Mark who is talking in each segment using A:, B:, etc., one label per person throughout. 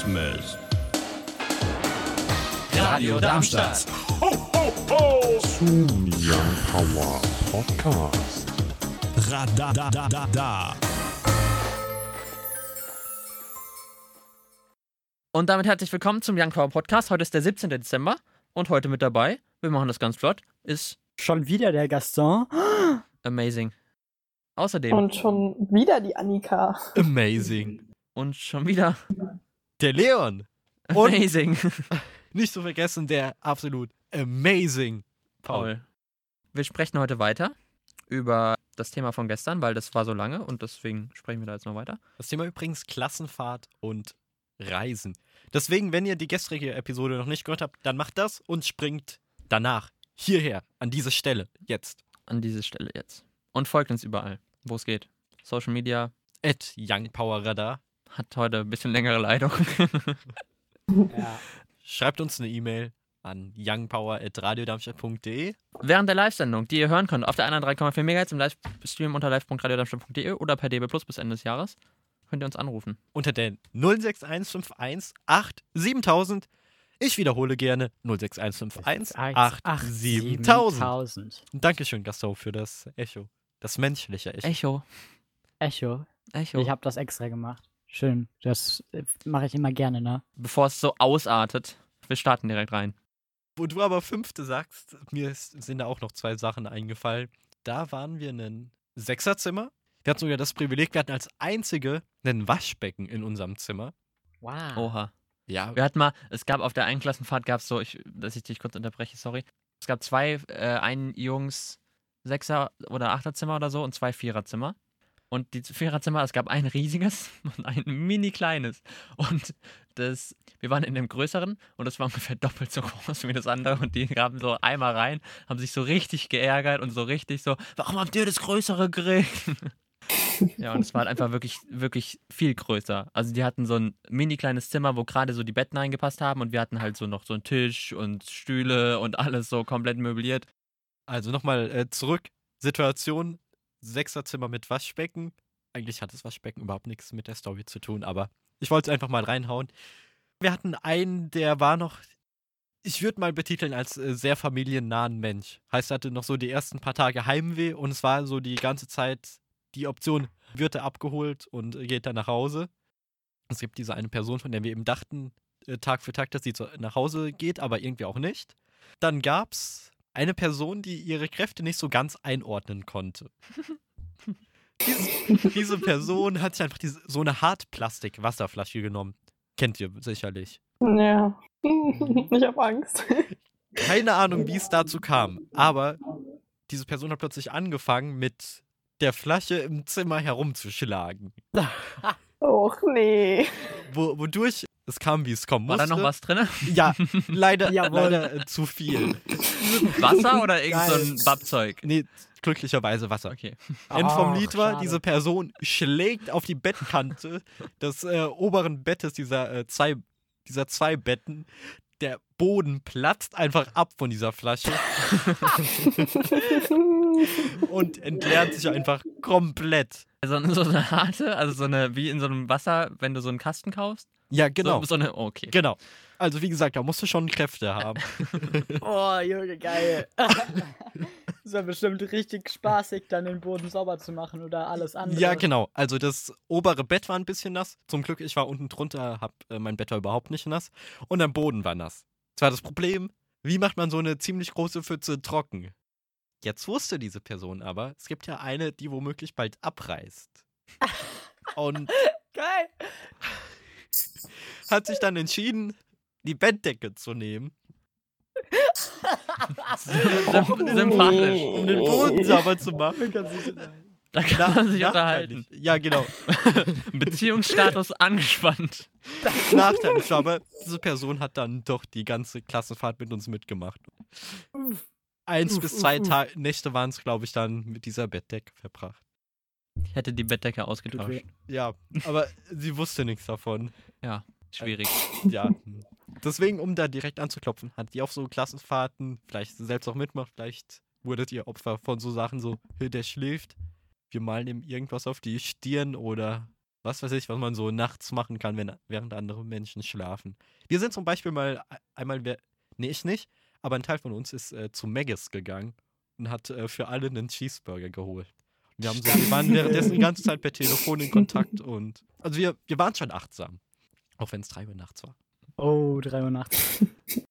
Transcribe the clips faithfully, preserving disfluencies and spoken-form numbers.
A: Christmas. Radio Darmstadt.
B: Ho, ho, ho!
C: Zum Young Power Podcast.
A: Radadadada.
D: Und damit herzlich willkommen zum Young Power Podcast. Heute ist der siebzehnten Dezember und heute mit dabei, wir machen das ganz flott, ist
E: Schon wieder der Gaston.
D: amazing. Außerdem
F: Und schon wieder die Annika.
G: Amazing.
D: und schon wieder
G: Der Leon. Und
D: amazing
G: nicht zu vergessen, der absolut amazing Paul.
D: Paul. Wir sprechen heute weiter über das Thema von gestern, weil das war so lange und deswegen sprechen wir da jetzt noch weiter.
G: Das Thema übrigens Klassenfahrt und Reisen. Deswegen, wenn ihr die gestrige Episode noch nicht gehört habt, dann macht das und springt danach hierher, an diese Stelle, jetzt.
D: An diese Stelle jetzt. Und folgt uns überall, wo es geht. Social Media
G: At Young Power Radar.
D: hat heute ein bisschen längere Leitung.
E: Ja.
G: Schreibt uns eine E-Mail an youngpower at radiodarmstadt punkt de.
D: Während der Live-Sendung, die ihr hören könnt, auf der hundertdrei Komma vier Megahertz im Livestream unter live punkt radiodarmstadt punkt de oder per D B Plus bis Ende des Jahres, könnt ihr uns anrufen.
G: Unter der null sechs eins fünf eins acht siebentausend. Ich wiederhole gerne null sechs eins fünf eins acht siebentausend. Dankeschön, Gaston, für das Echo. Das menschliche Echo.
D: Echo.
E: Echo.
D: Echo.
E: Ich habe das extra gemacht. Schön. Das äh, mache ich immer gerne, ne?
D: Bevor es so ausartet, wir starten direkt rein.
G: Wo du aber Fünfte sagst, mir ist, sind da auch noch zwei Sachen eingefallen. Da waren wir in einem Sechserzimmer. Wir hatten sogar das Privileg, wir hatten als einzige ein Waschbecken in unserem Zimmer.
E: Wow.
D: Oha.
G: Ja,
D: Wir hatten mal, es gab auf der einen Klassenfahrt, gab es so, ich, dass ich dich kurz unterbreche, sorry. Es gab zwei, äh, ein Jungs Sechser- oder Achterzimmer oder so und zwei Viererzimmer. Und die Viererzimmer, es gab ein riesiges und ein mini kleines. Und das, wir waren in dem größeren und das war ungefähr doppelt so groß wie das andere. Und die kamen so einmal rein, haben sich so richtig geärgert und so richtig so, warum habt ihr das größere gekriegt? Ja, und es war halt einfach wirklich, wirklich viel größer. Also die hatten so ein mini kleines Zimmer, wo gerade so die Betten eingepasst haben und wir hatten halt so noch so einen Tisch und Stühle und alles so komplett möbliert.
G: also nochmal äh, zurück. Situation, Sechserzimmer mit Waschbecken. Eigentlich hat das Waschbecken überhaupt nichts mit der Story zu tun, aber ich wollte es einfach mal reinhauen. Wir hatten einen, der war noch, ich würde mal betiteln als äh, sehr familiennahen Mensch. Heißt, er hatte noch so die ersten paar Tage Heimweh und es war so die ganze Zeit die Option, wird er abgeholt und äh, geht dann nach Hause. Es gibt diese eine Person, von der wir eben dachten, äh, Tag für Tag, dass sie zu, nach Hause geht, aber irgendwie auch nicht. Dann gab es eine Person, die ihre Kräfte nicht so ganz einordnen konnte. diese, diese Person hat sich einfach diese, so eine Hartplastik-Wasserflasche genommen. Kennt ihr sicherlich.
F: Ja. Ich hab Angst.
G: Keine Ahnung, wie es dazu kam, aber diese Person hat plötzlich angefangen, mit der Flasche im Zimmer herumzuschlagen.
F: Och nee.
G: Wo, wodurch es kam, wie es kommen
D: War
G: musste.
D: da noch was drin?
G: Ja, leider,
E: Jawohl.
G: leider äh, zu viel.
D: Wasser oder irgend so ein
E: Geil.
D: Babzeug?
G: Nee, glücklicherweise Wasser.
D: Okay.
G: End vom
E: Ach,
G: Lied war,
E: schade.
G: diese Person schlägt auf die Bettkante des äh, oberen Bettes dieser, äh, zwei, dieser zwei Betten. Der Boden platzt einfach ab von dieser Flasche und entleert sich einfach komplett.
D: Also so eine harte, also so eine, wie in so einem Wasser, wenn du so einen Kasten kaufst?
G: Ja, genau.
D: So, so eine, okay.
G: Genau. Also wie gesagt, da musst du schon Kräfte haben.
E: Oh, Junge, geil. Das war bestimmt richtig spaßig, dann den Boden sauber zu machen oder alles andere.
G: Ja, genau. Also das obere Bett war ein bisschen nass. Zum Glück, ich war unten drunter, hab äh, mein Bett war überhaupt nicht nass. Und der Boden war nass. Das war das Problem, wie macht man so eine ziemlich große Pfütze trocken? Jetzt wusste diese Person aber, es gibt ja eine, die womöglich bald abreißt. Und
E: Geil.
G: hat sich dann entschieden, die Bettdecke zu nehmen,
D: Symp- Sympathisch.
G: um den Boden sauber zu machen.
D: Da kann man sich unterhalten.
G: Nachteilig. Ja, genau.
D: Beziehungsstatus angespannt.
G: Nachteilig, aber diese Person hat dann doch die ganze Klassenfahrt mit uns mitgemacht. Eins
E: Uff,
G: bis
E: uff,
G: zwei
E: uff.
G: Ta- Nächte waren es, glaube ich, dann mit dieser Bettdecke verbracht.
D: Ich hätte die Bettdecke ausgetauscht.
G: Ja, aber sie wusste nichts davon.
D: Ja, schwierig.
G: Ja. Deswegen, um da direkt anzuklopfen, hat die auf so Klassenfahrten vielleicht selbst auch mitmacht, vielleicht wurdet ihr Opfer von so Sachen so, "Hey, der schläft, wir malen ihm irgendwas auf die Stirn oder was weiß ich, was man so nachts machen kann, wenn, während andere Menschen schlafen. Wir sind zum Beispiel mal einmal, wer- nee, ich nicht, aber ein Teil von uns ist äh, zu Maggis gegangen und hat äh, für alle einen Cheeseburger geholt. Wir, haben so, wir waren währenddessen die ganze Zeit per Telefon in Kontakt und also wir, wir waren schon achtsam. Auch wenn es drei Uhr nachts war.
E: Oh, drei Uhr nachts.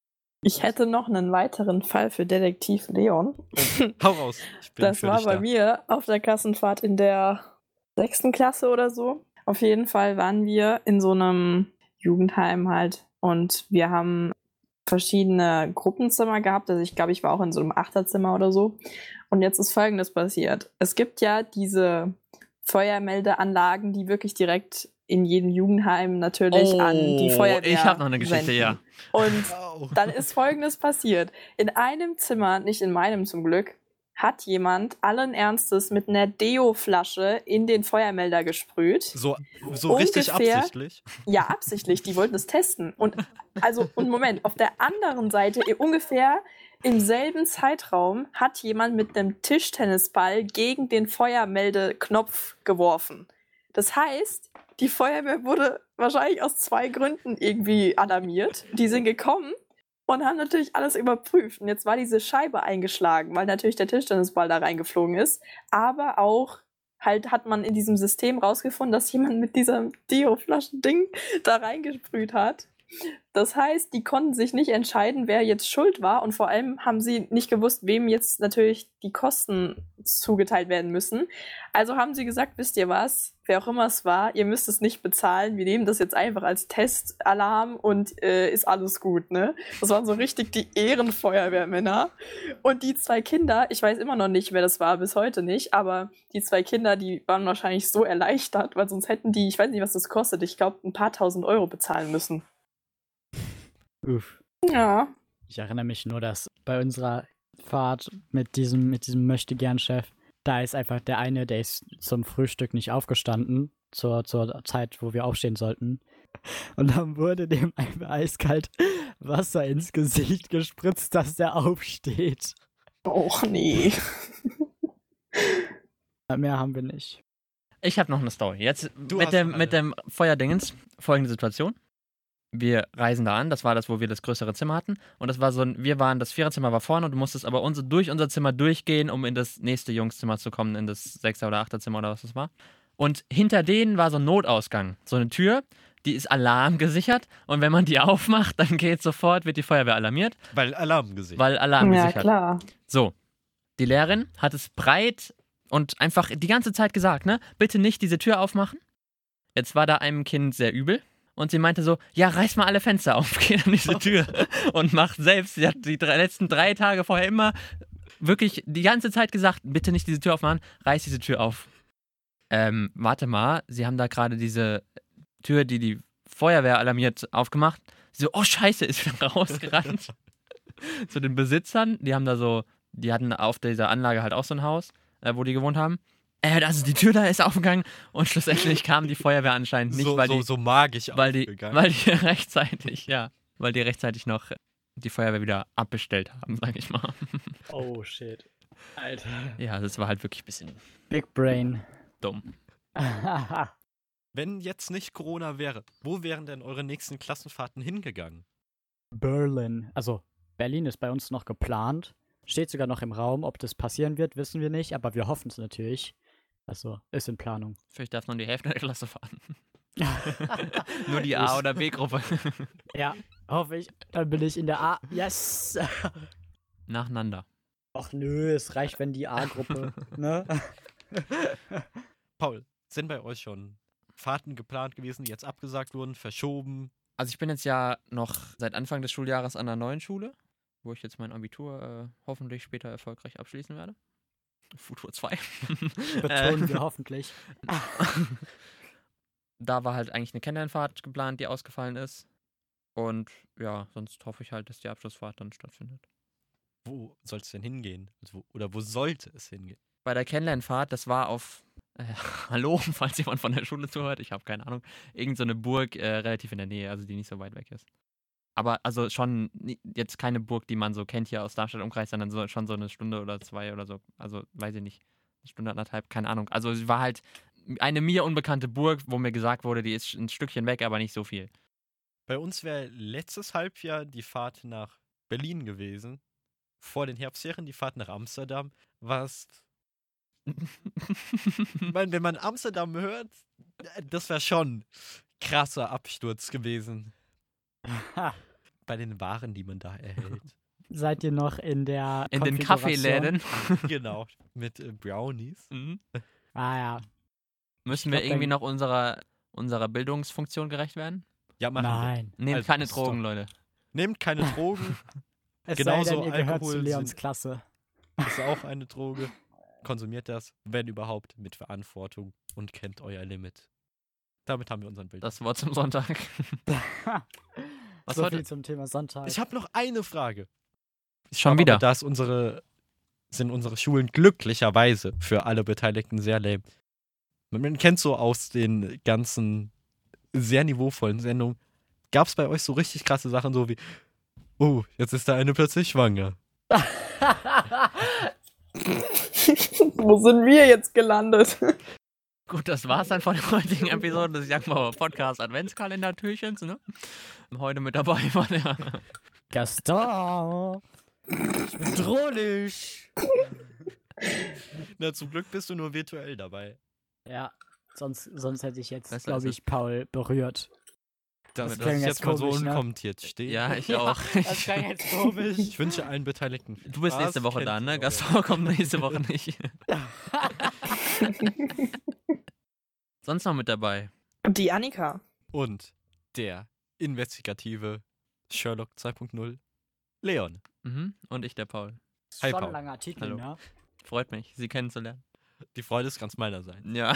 F: Ich hätte noch einen weiteren Fall für Detektiv Leon.
G: Hau raus. Ich bin
F: Das
G: für
F: war
G: dich
F: bei
G: da.
F: mir auf der Klassenfahrt in der sechsten Klasse oder so. Auf jeden Fall waren wir in so einem Jugendheim halt und wir haben verschiedene Gruppenzimmer gehabt. Also ich glaube, ich war auch in so einem Achterzimmer oder so. Und jetzt ist Folgendes passiert. Es gibt ja diese Feuermeldeanlagen, die wirklich direkt in jedem Jugendheim natürlich
D: Oh,
F: an die Feuerwehr
D: ich hab noch eine Geschichte,
F: senden.
D: ja.
F: Und
G: Au.
F: dann ist Folgendes passiert. In einem Zimmer, nicht in meinem zum Glück, hat jemand allen Ernstes mit einer Deo-Flasche in den Feuermelder gesprüht.
G: So, so richtig
F: Ungefähr-
G: absichtlich.
F: Ja, absichtlich, die wollten es testen. Und also, und Moment, auf der anderen Seite, i- ungefähr im selben Zeitraum, hat jemand mit einem Tischtennisball gegen den Feuermeldeknopf geworfen. Das heißt, die Feuerwehr wurde wahrscheinlich aus zwei Gründen irgendwie alarmiert. Die sind gekommen und haben natürlich alles überprüft. Und jetzt war diese Scheibe eingeschlagen, weil natürlich der Tischtennisball da reingeflogen ist. Aber auch halt hat man in diesem System rausgefunden, dass jemand mit diesem Deo-Flaschen-Ding da reingesprüht hat. Das heißt, die konnten sich nicht entscheiden, wer jetzt schuld war. Und vor allem haben sie nicht gewusst, wem jetzt natürlich die Kosten zugeteilt werden müssen. Also haben sie gesagt, wisst ihr was, wer auch immer es war, ihr müsst es nicht bezahlen. Wir nehmen das jetzt einfach als Testalarm und äh, ist alles gut, ne? Das waren so richtig die Ehrenfeuerwehrmänner. Und die zwei Kinder, ich weiß immer noch nicht, wer das war, bis heute nicht, aber die zwei Kinder, die waren wahrscheinlich so erleichtert, weil sonst hätten die, ich weiß nicht, was das kostet, ich glaube, ein paar tausend Euro bezahlen müssen.
E: Uff.
F: Ja.
E: Ich erinnere mich nur, dass bei unserer Fahrt mit diesem, mit diesem Möchtegern-Chef, da ist einfach der eine, der ist zum Frühstück nicht aufgestanden, zur, zur Zeit, wo wir aufstehen sollten. Und dann wurde dem einfach eiskalt Wasser ins Gesicht gespritzt, dass der aufsteht.
F: Och nee.
E: Mehr haben wir nicht.
D: Ich habe noch eine Story. Jetzt
G: Du
D: mit
G: hast
D: dem,
G: noch
D: mit dem Feuerdingens. Folgende Situation. Wir reisen da an. Das war das, wo wir das größere Zimmer hatten. Und das war so ein, wir waren, das Viererzimmer war vorne und du musstest aber unser, durch unser Zimmer durchgehen, um in das nächste Jungszimmer zu kommen, in das Sechser- oder Achterzimmer oder was das war. Und hinter denen war so ein Notausgang. So eine Tür, die ist alarmgesichert. Und wenn man die aufmacht, dann geht sofort, wird die Feuerwehr alarmiert,
G: Weil Alarm gesehen.
D: weil Alarm
F: Ja,
D: gesichert.
F: klar.
D: So, die Lehrerin hat es breit und einfach die ganze Zeit gesagt, ne, bitte nicht diese Tür aufmachen. Jetzt war da einem Kind sehr übel und sie meinte so, ja, reiß mal alle Fenster auf, geh an diese Tür und mach selbst. Sie hat die drei, letzten drei Tage vorher immer wirklich die ganze Zeit gesagt, bitte nicht diese Tür aufmachen, reiß diese Tür auf. Ähm, warte mal, sie haben da gerade diese Tür, die die Feuerwehr alarmiert, aufgemacht. Sie so, oh scheiße, ist wieder rausgerannt. Zu den Besitzern, die haben da so, die hatten auf dieser Anlage halt auch so ein Haus, äh, wo die gewohnt haben. Äh, also die Tür da ist aufgegangen und schlussendlich kam die Feuerwehr anscheinend nicht,
G: so,
D: weil,
G: so,
D: die,
G: so magisch
D: weil, die,
G: aufgegangen.
D: weil die rechtzeitig, ja, weil die rechtzeitig noch die Feuerwehr wieder abbestellt haben, sag ich mal.
E: Oh shit. Alter.
D: Ja, das war halt wirklich ein bisschen
E: Big Brain.
D: dumm.
G: Wenn jetzt nicht Corona wäre, wo wären denn eure nächsten Klassenfahrten hingegangen?
E: Berlin. Also, Berlin ist bei uns noch geplant. Steht sogar noch im Raum. Ob das passieren wird, wissen wir nicht, aber wir hoffen es natürlich. Also, ist in Planung.
D: Vielleicht darf nur die Hälfte der Klasse fahren. Nur die A- oder B-Gruppe.
E: Ja, hoffe ich. Dann bin ich in der A. Yes!
D: Nacheinander.
E: Ach nö, es reicht, wenn die A-Gruppe, ne?
G: Paul, sind bei euch schon Fahrten geplant gewesen, die jetzt abgesagt wurden, verschoben?
D: Also ich bin jetzt ja noch seit Anfang des Schuljahres an einer neuen Schule, wo ich jetzt mein Abitur äh, hoffentlich später erfolgreich abschließen werde. Futur zwei.
E: Betonen wir hoffentlich.
D: Da war halt eigentlich eine Kennenlernfahrt geplant, die ausgefallen ist. Und ja, sonst hoffe ich halt, dass die Abschlussfahrt dann stattfindet.
G: Wo soll es denn hingehen? Also wo, oder wo sollte es hingehen?
D: Bei der Kennenlernfahrt, das war auf, äh, hallo, falls jemand von der Schule zuhört, ich habe keine Ahnung, irgend so eine Burg äh, relativ in der Nähe, also die nicht so weit weg ist. Aber also schon ni- jetzt keine Burg, die man so kennt hier aus Darmstadt-Umkreis, sondern so, schon so eine Stunde oder zwei oder so, also weiß ich nicht, eine Stunde, anderthalb, keine Ahnung. Also es war halt eine mir unbekannte Burg, wo mir gesagt wurde, die ist ein Stückchen weg, aber nicht so viel.
G: Bei uns wäre letztes Halbjahr die Fahrt nach Berlin gewesen. Vor den Herbstferien die Fahrt nach Amsterdam. Was. Ich meine, wenn man Amsterdam hört, das wäre schon krasser Absturz gewesen.
E: Ha.
G: Bei den Waren, die man da erhält.
E: Seid ihr noch in der
D: In den
E: Konfiguration?
D: Kaffeeläden.
G: Genau, mit äh, Brownies.
D: Mhm.
E: Ah ja.
D: Müssen
E: Ich
D: wir
E: glaub,
D: irgendwie
E: dann-
D: noch unserer, unserer Bildungsfunktion gerecht werden?
G: Ja, machen wir.
E: Nein.
D: Nehmt
G: Also,
D: keine
G: stopp.
D: Drogen, Leute.
G: Nehmt keine Drogen,
E: Es
G: Genauso
E: sei denn, ihr gehört
G: Alkohol
E: zu Leons
G: sind-
E: Klasse.
G: ist auch eine Droge. Konsumiert das, wenn überhaupt, mit Verantwortung und kennt euer Limit. Damit haben wir unseren Bild.
D: Das Wort zum Sonntag. Was
E: so
D: heute?
E: viel zum Thema Sonntag.
G: Ich habe noch eine Frage.
D: Schon
G: Aber
D: wieder.
G: Das unsere, sind unsere Schulen glücklicherweise für alle Beteiligten sehr lame. Man, man kennt so aus den ganzen sehr niveauvollen Sendungen, gab es bei euch so richtig krasse Sachen, so wie, oh, jetzt ist da eine plötzlich schwanger.
F: Wo sind wir jetzt gelandet?
D: Gut, das war's dann von der heutigen Episode des Youngpower Podcast Adventskalender-Türchens, ne? Heute mit dabei war der
E: Gaston. Ich bin drollig.
G: Na, zum Glück bist du nur virtuell dabei.
E: Ja, sonst, sonst hätte ich jetzt,
D: Besser
E: glaube
D: ist
E: ich, Paul berührt.
G: Das,
E: Das
G: das
E: klang
G: ist
E: jetzt
G: jetzt mal so
E: komisch, ne?
G: unkommentiert stehen.
D: Ja, ich auch.
E: Das klang jetzt komisch.
G: Ich wünsche allen Beteiligten viel
D: Du bist
G: Spaß,
D: nächste Woche
G: kennt
D: da, ne?
G: euer-
D: Gaston kommt nächste Woche nicht. Sonst noch mit dabei.
F: Die Annika.
G: Und der investigative Sherlock zwei Punkt null, Leon.
D: Mhm. Und ich, der Paul.
G: Hi,
E: Schon
G: Paul.
E: ein langer Titel,
D: Hallo.
E: ne?
D: Freut mich, Sie kennenzulernen.
G: Die Freude ist ganz meinerseits.
D: Ja.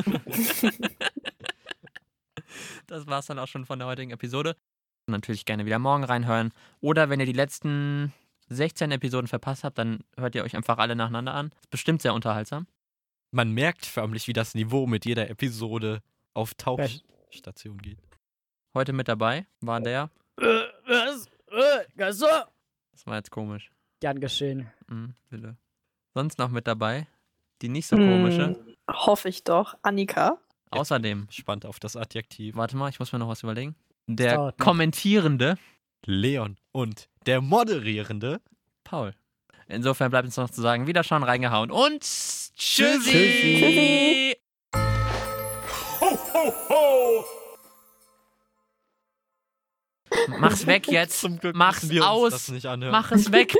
D: Das war's dann auch schon von der heutigen Episode. Natürlich gerne wieder morgen reinhören. Oder wenn ihr die letzten sechzehn Episoden verpasst habt, dann hört ihr euch einfach alle nacheinander an. Ist bestimmt sehr unterhaltsam.
G: Man merkt förmlich, wie das Niveau mit jeder Episode auf
E: Wer-
G: Tauchstation geht.
D: Heute mit dabei war der.
E: Äh, was? Äh, Gaston?
D: Das war jetzt komisch.
E: Gern geschehen.
D: Mhm, bitte. Sonst noch mit dabei. Die nicht so komische.
F: Hm, hoffe ich doch. Annika.
D: Außerdem,
G: Spannend auf das Adjektiv.
D: warte mal, ich muss mir noch was überlegen. Der
E: dauert noch.
D: kommentierende
G: Leon und der moderierende.
D: Paul. Insofern bleibt uns noch zu sagen, wieder schauen, reingehauen und tschüssi!
F: Tschüssi.
B: Ho, ho, ho!
D: Mach's weg jetzt.
G: Zum Glück
D: Mach's
G: müssen wir uns
D: aus.
G: das nicht anhören.
D: Mach es weg.